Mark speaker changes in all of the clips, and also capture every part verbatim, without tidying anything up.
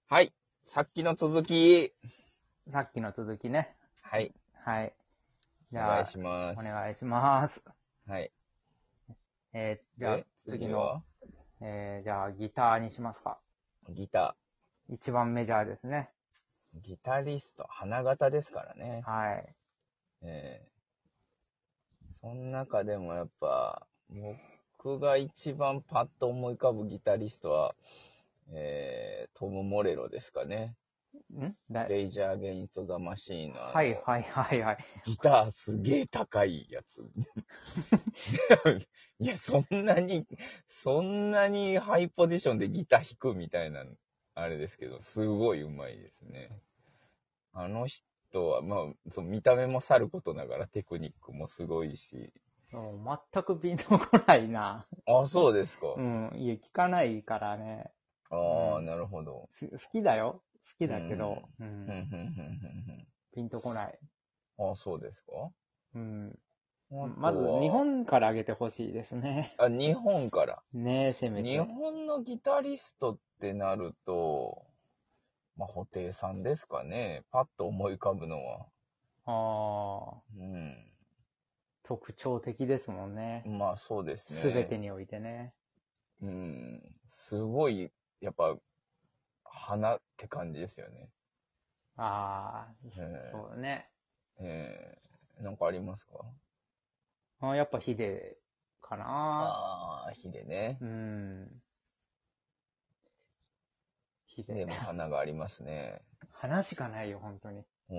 Speaker 1: はい。さっきの続き。
Speaker 2: さっきの続きね。
Speaker 1: はい。
Speaker 2: はい。
Speaker 1: じゃあ、お願いします。
Speaker 2: お願いします。
Speaker 1: はい。
Speaker 2: えー、じゃあ次の、
Speaker 1: は
Speaker 2: えー、じゃあギターにしますか。
Speaker 1: ギタ
Speaker 2: 一番メジャーですね。
Speaker 1: ー。ギタリスト、花形ですからね。
Speaker 2: はい。
Speaker 1: えー、その中でもやっぱ、僕が一番パッと思い浮かぶギタリストは、えー、トム・モレロですかね。
Speaker 2: んだ
Speaker 1: レイジャー・アゲインスト・ザ・マシーンのあの、
Speaker 2: はいはいはいはい。
Speaker 1: ギターすげえ高いやつ。いや、そんなに、そんなにハイポジションでギター弾くみたいな、あれですけど、すごい上手いですね。あの人は、まあ、その見た目もさることながらテクニックもすごいし。
Speaker 2: 全くピンとこないな。
Speaker 1: あ、そうですか。
Speaker 2: うん。いや、聞かないからね。
Speaker 1: ああ、
Speaker 2: うん、
Speaker 1: なるほど。
Speaker 2: 好きだよ。好き
Speaker 1: うん。
Speaker 2: だけど、う
Speaker 1: ふん
Speaker 2: ん。
Speaker 1: ふんふんふんふん。
Speaker 2: ピンとこない。
Speaker 1: あ、そうですか。
Speaker 2: うん。
Speaker 1: あ
Speaker 2: まず、日
Speaker 1: とは、
Speaker 2: 本から挙げてほしいですね。
Speaker 1: あ、日本から。
Speaker 2: ねえ、せめ
Speaker 1: 日
Speaker 2: て。
Speaker 1: 本のギタリストってなると、まあ、布袋さんですかね。パッと思い浮かぶのは。
Speaker 2: ああ、
Speaker 1: うん。
Speaker 2: 特徴的ですもんね。
Speaker 1: まあそうです
Speaker 2: すべて
Speaker 1: ね。
Speaker 2: においてね。
Speaker 1: うん。すごい、やっぱ、花って感じですよね。
Speaker 2: ああ、
Speaker 1: え
Speaker 2: そうだね。
Speaker 1: ー、えー、なんかありますか？
Speaker 2: あ、やっぱヒデかな。
Speaker 1: ああ、ヒデね。
Speaker 2: うん。ヒデ。
Speaker 1: ヒデも花がありますね。
Speaker 2: 花しかないよ、本当に。
Speaker 1: うん。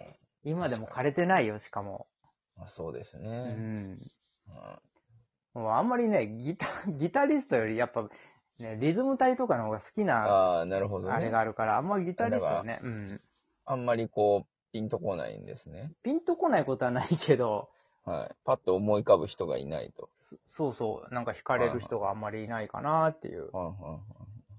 Speaker 2: 今でも
Speaker 1: 確かに。
Speaker 2: 枯れてないよ、しかも。
Speaker 1: あ、そうです
Speaker 2: う
Speaker 1: ね。
Speaker 2: ん。
Speaker 1: うん、
Speaker 2: もうあんまりね、ギタ、ギタリストよりやっぱ、ね、リズム隊とかの方が好きな、
Speaker 1: ああ、なるほど
Speaker 2: あれ
Speaker 1: ね。
Speaker 2: があるから、あんまりギタ
Speaker 1: だから、
Speaker 2: リストはね、うん。
Speaker 1: あんまりこう、ピンとこないんですね。
Speaker 2: ピンとこないことはないけど、
Speaker 1: はい。パッと思い浮かぶ人がいないと。
Speaker 2: そそうそう、なんか惹かれる
Speaker 1: はいはい。
Speaker 2: 人があんまりいないかなっていう。
Speaker 1: はいはいはい。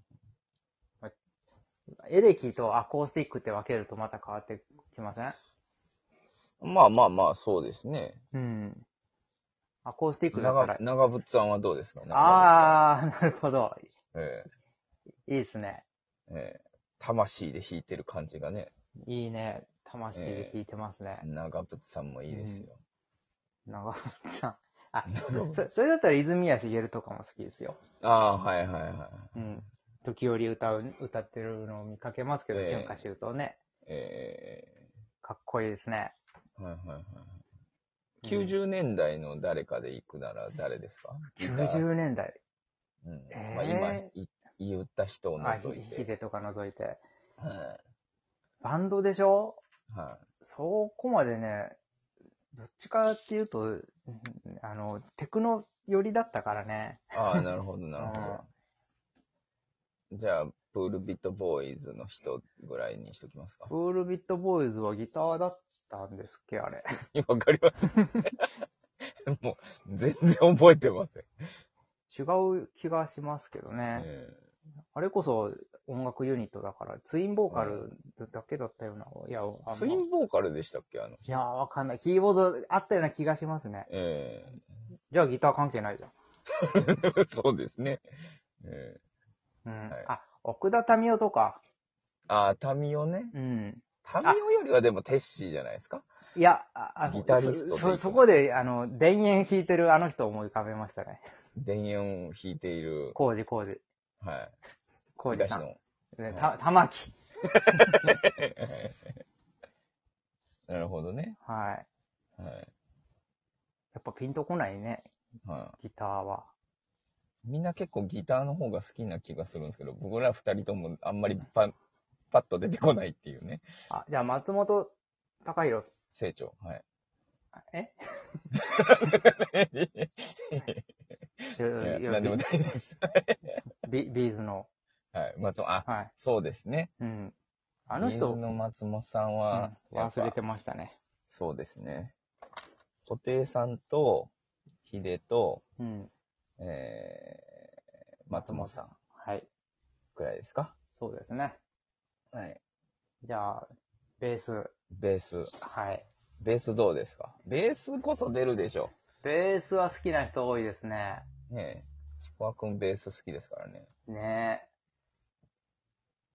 Speaker 2: エレキとアコースティックって分けるとまた変わってきません？
Speaker 1: まあまあまあ、そうですね。
Speaker 2: うん。アコースティックだった
Speaker 1: 長、
Speaker 2: ら、
Speaker 1: 長渕さんはどうですか？長渕さ
Speaker 2: あー、なるほど。
Speaker 1: ん。え
Speaker 2: いいですね。
Speaker 1: えええ魂で弾いてる感じがね。
Speaker 2: いいね。魂で
Speaker 1: え
Speaker 2: 弾いてます
Speaker 1: え
Speaker 2: ね。
Speaker 1: 長渕さんもいいですよ。
Speaker 2: 長渕さん。あ、
Speaker 1: 長渕。
Speaker 2: そそれだったら泉谷しげるとかも好きですよ。
Speaker 1: ああ、はいはいはい。
Speaker 2: うん。時折歌う、歌ってるのを見かけますけど、春夏
Speaker 1: え
Speaker 2: 秋冬ね。
Speaker 1: ええ
Speaker 2: かっこいいですね。
Speaker 1: えはいはいはい。
Speaker 2: うん、
Speaker 1: きゅうじゅうねんだいの誰かで行くなら誰ですか？ギタ
Speaker 2: 90
Speaker 1: ー。
Speaker 2: 年代。
Speaker 1: うん。まあ今
Speaker 2: え
Speaker 1: い言った人を
Speaker 2: ー、あ、ひ、
Speaker 1: 除いて。
Speaker 2: ヒデとか除いて。
Speaker 1: は
Speaker 2: バンドでしょ？
Speaker 1: い。はい。
Speaker 2: そこまでね、どっちかっていうと、うんあの、テクノ寄りだったからね。
Speaker 1: ああ、なるほどな
Speaker 2: うん。
Speaker 1: るほど。じゃあ、プールビットボーイズの人ぐらいにしときますか。
Speaker 2: プールビットボーイズはギターだったんですっけ、あれ。
Speaker 1: わかります。もう、全然覚えてません。
Speaker 2: 違う気がしますけどね。
Speaker 1: え
Speaker 2: あれこそ音楽ユニットだから、ツインボーカ
Speaker 1: ー
Speaker 2: ルだけだったような。いや、あ
Speaker 1: ツイ
Speaker 2: の、
Speaker 1: ンボーカルでしたっけ？あの人。
Speaker 2: いや、わかんない。キーボードあったような気がしますね。
Speaker 1: え
Speaker 2: じゃあギター関係ないじゃん。
Speaker 1: ーそうですね。え
Speaker 2: うん。
Speaker 1: ーはい、
Speaker 2: あ、奥田民生とか。
Speaker 1: ああ、タミオね。
Speaker 2: うん。
Speaker 1: タミ
Speaker 2: あ、
Speaker 1: オよりはでもテッシーじゃないですか。
Speaker 2: いや、ああの、
Speaker 1: ギタリスト
Speaker 2: そ、そ、
Speaker 1: でいくなら。
Speaker 2: そこで、あの、田園弾いてるあの人を思い浮かべましたね。
Speaker 1: 田園を弾いている、
Speaker 2: コウジ、コウジ。
Speaker 1: はい。
Speaker 2: コウジさ
Speaker 1: 東野。
Speaker 2: ん。ね、
Speaker 1: はい
Speaker 2: た、玉木。
Speaker 1: なるほどね。
Speaker 2: はい。
Speaker 1: はい。
Speaker 2: やっぱピンとこないね。
Speaker 1: はい。
Speaker 2: ギターは。
Speaker 1: みんな結構ギターの方が好きな気がするんですけど、僕ら二人ともあんまりパパッと出てこないっていうね。
Speaker 2: あ、じゃあ松本隆弘。
Speaker 1: 成長。はい。
Speaker 2: え
Speaker 1: いや、
Speaker 2: いや、
Speaker 1: なんでも
Speaker 2: ビ、
Speaker 1: ないです。
Speaker 2: ビ、ビーズの。
Speaker 1: はい。松本、あ、
Speaker 2: はい。
Speaker 1: そうですね。
Speaker 2: うん。あの
Speaker 1: ビーズ
Speaker 2: 人、
Speaker 1: の松本さんは、
Speaker 2: うん、
Speaker 1: やっぱ、
Speaker 2: 忘れてましたね。
Speaker 1: そうですね。布袋さんと、ヒデと、
Speaker 2: うん。
Speaker 1: えー、松本さん
Speaker 2: はい。
Speaker 1: くらいですか？
Speaker 2: そうですね。
Speaker 1: はい。
Speaker 2: じゃあ、ベース。
Speaker 1: ベース。
Speaker 2: はい。
Speaker 1: ベースどうですか？ベースこそ出るでしょ
Speaker 2: ベースは好きな人多いですね。
Speaker 1: う。ねえ。ちくわくんベース好きですからね。
Speaker 2: ね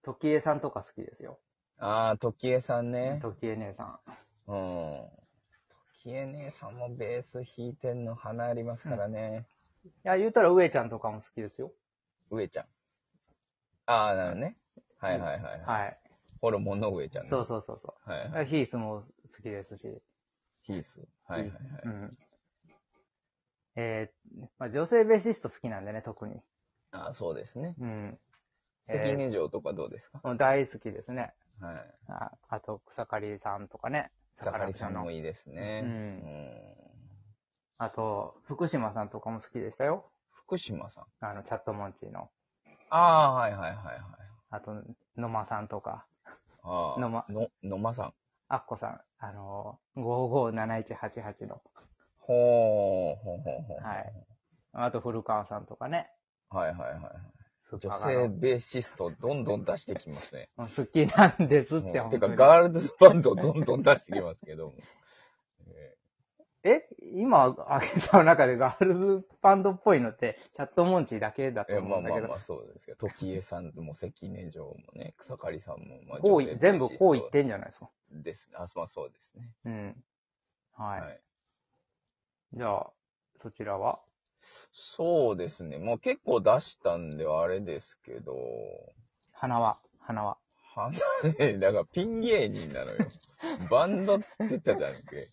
Speaker 2: 時江さんとか好きですよ。
Speaker 1: ああ、時江さんね。
Speaker 2: 時江姉さん。
Speaker 1: うん。時江姉さんもベース弾いてんの花ありますからね。
Speaker 2: いや、言うたら上ちゃんとかも好きですよ。
Speaker 1: 上ちゃん。ああ、なるほどね。はいはいはいはい。
Speaker 2: はい。
Speaker 1: ホルモンの上ちゃんね。
Speaker 2: そうそうそうそう。
Speaker 1: はいはい。
Speaker 2: ヒースも好きですし。
Speaker 1: ヒース。はいはいはい。
Speaker 2: うん。えー、まあ、女性ベーシスト好きなんでね、特に。
Speaker 1: ああ、そうですね。
Speaker 2: うん。
Speaker 1: 関根城とかどうですか？
Speaker 2: もう大好きですね。
Speaker 1: はい。
Speaker 2: ああと、草刈さんとかね。
Speaker 1: 草刈さんもいいですね。
Speaker 2: うん
Speaker 1: うん
Speaker 2: あと、福島さんとかも好きでしたよ。
Speaker 1: 福島さん。
Speaker 2: あの、チャットモンチーの。
Speaker 1: ああ、はいはいはいはい。
Speaker 2: あと、野間さんとか。
Speaker 1: ああ、
Speaker 2: 野間、
Speaker 1: の、野間さん。
Speaker 2: アッコさん。あの、ごーごーなないちはちはちの。
Speaker 1: ほう、ほうほうほう。
Speaker 2: はい。あと、古川さんとかね。
Speaker 1: はいはいはい。
Speaker 2: スー
Speaker 1: 女
Speaker 2: パーガの
Speaker 1: 性ベーシストどんどん出してきますね。
Speaker 2: 好きなんですって、
Speaker 1: もうてか、
Speaker 2: 本当に。
Speaker 1: ガールズバンドどんどん出してきますけども。え
Speaker 2: え今、あげた中でガールズバンドっぽいのって、チャットモンチーだけだと
Speaker 1: え
Speaker 2: 思うんだけど。
Speaker 1: まあまあまあ、そうですけど、時江さんも関根城もね、草刈さんも、まあ、
Speaker 2: こうい、
Speaker 1: 女性
Speaker 2: 全部こう言っ
Speaker 1: ベーシスト
Speaker 2: てんじゃないですか。
Speaker 1: です。あ、まあそうですね。
Speaker 2: うん。はい。
Speaker 1: はい。
Speaker 2: じゃあ、そちらは
Speaker 1: そうですね。まあ結構出したんではあれですけど、
Speaker 2: 花は花は。
Speaker 1: 花ね、だからピン芸人なのよ。バンドっつってたじゃんけ。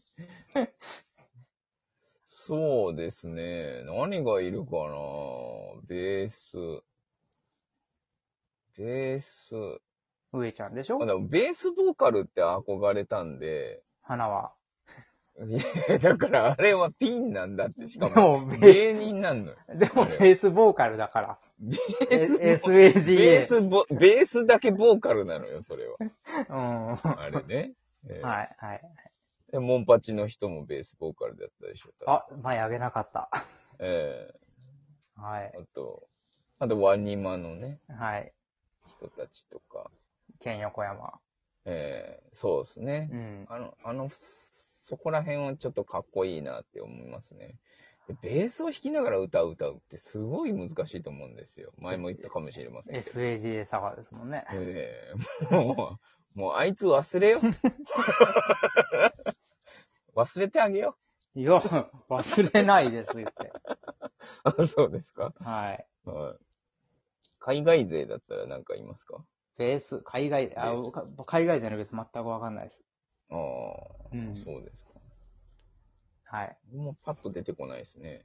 Speaker 1: そうですね。何がいるかな。ベース。ベース。
Speaker 2: 上ちゃんでしょ
Speaker 1: まあでもベースボーカルって憧れたんで、
Speaker 2: 花は。
Speaker 1: いや、だからあれはピンなんだって、しか
Speaker 2: で
Speaker 1: も
Speaker 2: もベー
Speaker 1: 芸人なんのよ。
Speaker 2: でも
Speaker 1: あれ
Speaker 2: ベースボーカルだから。
Speaker 1: ベースボ、
Speaker 2: エスエージーエー。
Speaker 1: ベースボ、ベースだけボーカルなのよ、それは。
Speaker 2: うん。
Speaker 1: あれね。えー
Speaker 2: はい、はい。
Speaker 1: で、モンパチの人もベースボーカルだったでしょ。多分
Speaker 2: あ、前あげなかった。
Speaker 1: え
Speaker 2: はい
Speaker 1: ー、。あと、あとワニマのね、
Speaker 2: はい。
Speaker 1: 人たちとか、
Speaker 2: 県横山。
Speaker 1: えー、そうですね。
Speaker 2: うん。
Speaker 1: あの、あの、そこら辺はちょっとかっこいいなって思いますね。でベースを弾きながら歌う歌うってすごい難しいと思うんですよ。前も言ったかもしれませんけど。
Speaker 2: エスエージーエー サガですもんね。
Speaker 1: えー、もう、もうあいつ忘れよ。忘れてあげよ
Speaker 2: いや、忘れないですって。
Speaker 1: う。あ、そうですか。
Speaker 2: はい。
Speaker 1: はい。海外勢だったら何かいますか？
Speaker 2: ベース、海外、あ
Speaker 1: ベース
Speaker 2: か海外でのベース全くわかんないです。
Speaker 1: ああ、
Speaker 2: うん
Speaker 1: そうですか。
Speaker 2: はい。
Speaker 1: もうパッと出てこないですね。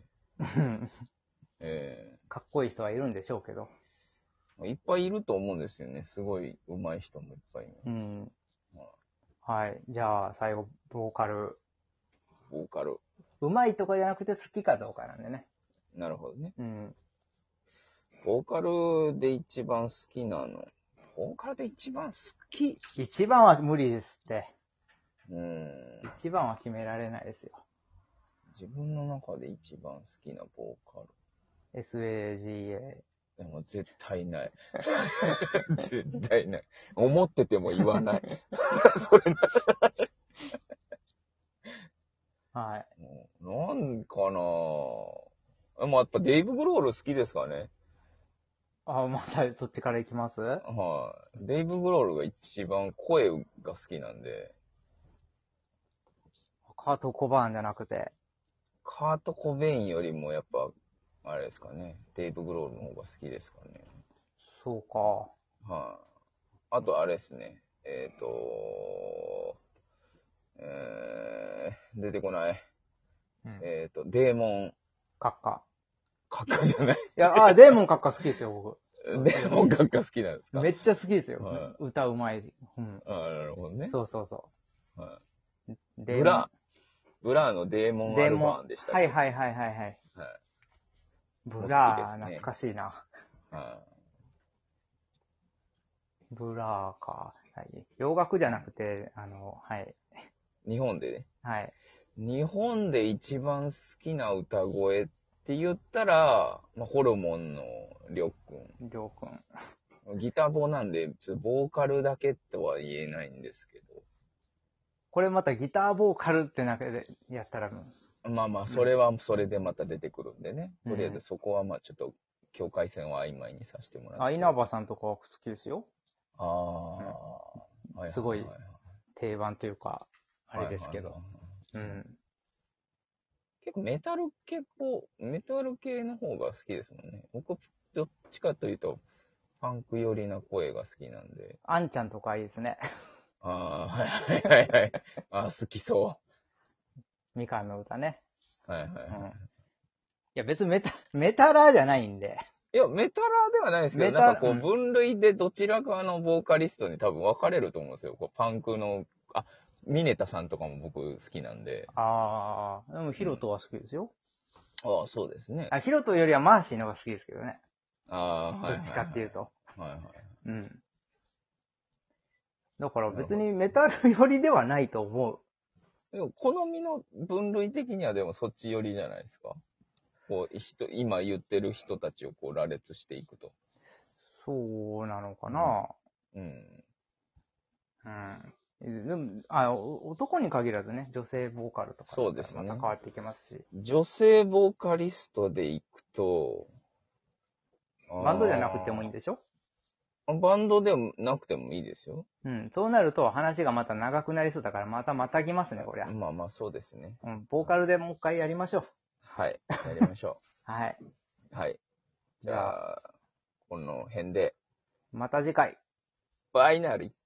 Speaker 1: え
Speaker 2: かっこいい人はいるんでしょうけど。
Speaker 1: えいっぱいいると思うんですよね。すごい上手い人もいっぱいいます。
Speaker 2: うん。はい。じゃあ、最後、ボーカル。
Speaker 1: ボーカル。
Speaker 2: うまいとかじゃなくて好きかどうかなんでね。
Speaker 1: なるほどね。
Speaker 2: うん。
Speaker 1: ボーカルで一番好きなの。ボーカルで一番好き。
Speaker 2: 一番は無理ですって。
Speaker 1: うん。
Speaker 2: 一番は決められないですよ。
Speaker 1: 自分の中で一番好きなボーカル。
Speaker 2: エスエージーエ
Speaker 1: でも絶対ない。絶対ない。思ってても言わない。それな。
Speaker 2: ー。はい。
Speaker 1: なんかなぁ。まあ、やっぱデイブ・グロール好きですかね。
Speaker 2: あ、またそっちから行きます
Speaker 1: はい。デイブ・グロールが一番声が好きなんで、
Speaker 2: カート・コバーンじゃなくて。
Speaker 1: カート・コベインよりもやっぱ、あれですかね。デイブ・グロールの方が好きですかね。
Speaker 2: そうか。
Speaker 1: はい。あとあれですね。えっ、ー、と、えー、出てこない。
Speaker 2: うん。
Speaker 1: えっ、ー、と、デーモン、
Speaker 2: カッカ。
Speaker 1: カッカじゃない。
Speaker 2: いや、あ、デーモンカッカ好きですよ、僕。
Speaker 1: デーモンカッカ好きなんですか？
Speaker 2: めっちゃ好きですよ。
Speaker 1: はい
Speaker 2: 歌うまい。うん。
Speaker 1: ああ、なるほどね。
Speaker 2: そうそうそ
Speaker 1: は
Speaker 2: う。
Speaker 1: い、
Speaker 2: デーモン
Speaker 1: ブラー、ブラーのデーモンアル
Speaker 2: デーモン
Speaker 1: バーンでしたっけ？
Speaker 2: はいはいはいはいはい。
Speaker 1: はい。
Speaker 2: ブ
Speaker 1: 好き
Speaker 2: ラー、
Speaker 1: ですね
Speaker 2: 懐かしいな。
Speaker 1: は
Speaker 2: ブラーか。はい。洋楽じゃなくて、あの、はい。
Speaker 1: い。日本でね。
Speaker 2: はい。
Speaker 1: 日本で一番好きな歌声って言ったら、まあ、ホルモンのりょうくん。
Speaker 2: りょうくん。
Speaker 1: ギターボなんで、ちょっとボーカルだけとは言えないんですけ
Speaker 2: これまたギターボーカルって中でやったら、
Speaker 1: ど。まあまあ、それはそれでまた出てくるんでね。
Speaker 2: うん
Speaker 1: とりあえずそこはまあちょっと境界線を曖昧にさせてもらって。
Speaker 2: あ、稲葉さんとかは好きですよ。
Speaker 1: ああ、はいはい
Speaker 2: すごい
Speaker 1: はいはい
Speaker 2: 定番というか、あれですけど。
Speaker 1: はいはいはい
Speaker 2: うん。
Speaker 1: 結構メタル系こう、メタル系の方が好きですもんね。僕、どっちかというと、パンク寄りな声が好きなんで。
Speaker 2: あんちゃんとかいいですね。
Speaker 1: ああ、はいはいはいはい。ああ、好きそ
Speaker 2: みかんの歌ね。
Speaker 1: う。はいはいはい。
Speaker 2: うん。いや、別にメタ、メタラーじゃないんで。
Speaker 1: いや、メタラーではないですけど、
Speaker 2: メタ、
Speaker 1: なんかこう、
Speaker 2: うん。
Speaker 1: 分類でどちらかのボーカリストに多分分かれると思うんですよ。こうパンクの、あ、ミネタさんとかも僕好きなんで。
Speaker 2: ああ、でもヒロトは好きですよ。
Speaker 1: ああ、そうですね。
Speaker 2: あ、ヒロトよりはマーシーの方が好きですけどね。
Speaker 1: ああ、はいはいはい。
Speaker 2: どっちかっていうと。
Speaker 1: はいはい。
Speaker 2: うん。だから
Speaker 1: なるほど。
Speaker 2: 別にメタル寄りではないと思う。
Speaker 1: でも好みの分類的にはでもそっち寄りじゃないですか。こう、人、今言ってる人たちをこう羅列していくと。
Speaker 2: そうなのかな。
Speaker 1: うん。
Speaker 2: うん。でも、あ、お男に限らずね、女性ボーカルとかだったら
Speaker 1: そうですね
Speaker 2: また変わってきますし。
Speaker 1: 女性ボーカリストでいくと、
Speaker 2: バンドじゃなくてもいいんでしょ？
Speaker 1: あーバンドでもなくてもいいですよ。
Speaker 2: うん。そうなると話がまた長くなりそうだからまたまたぎますね、こりゃ。
Speaker 1: まあまあそうですね。
Speaker 2: うん。ボーカルでもう一回やりましょう。
Speaker 1: はい。やりましょ
Speaker 2: はい。
Speaker 1: う。はい。じ
Speaker 2: じゃあ、
Speaker 1: ゃあ、この辺で、
Speaker 2: また次回。
Speaker 1: バイナリー。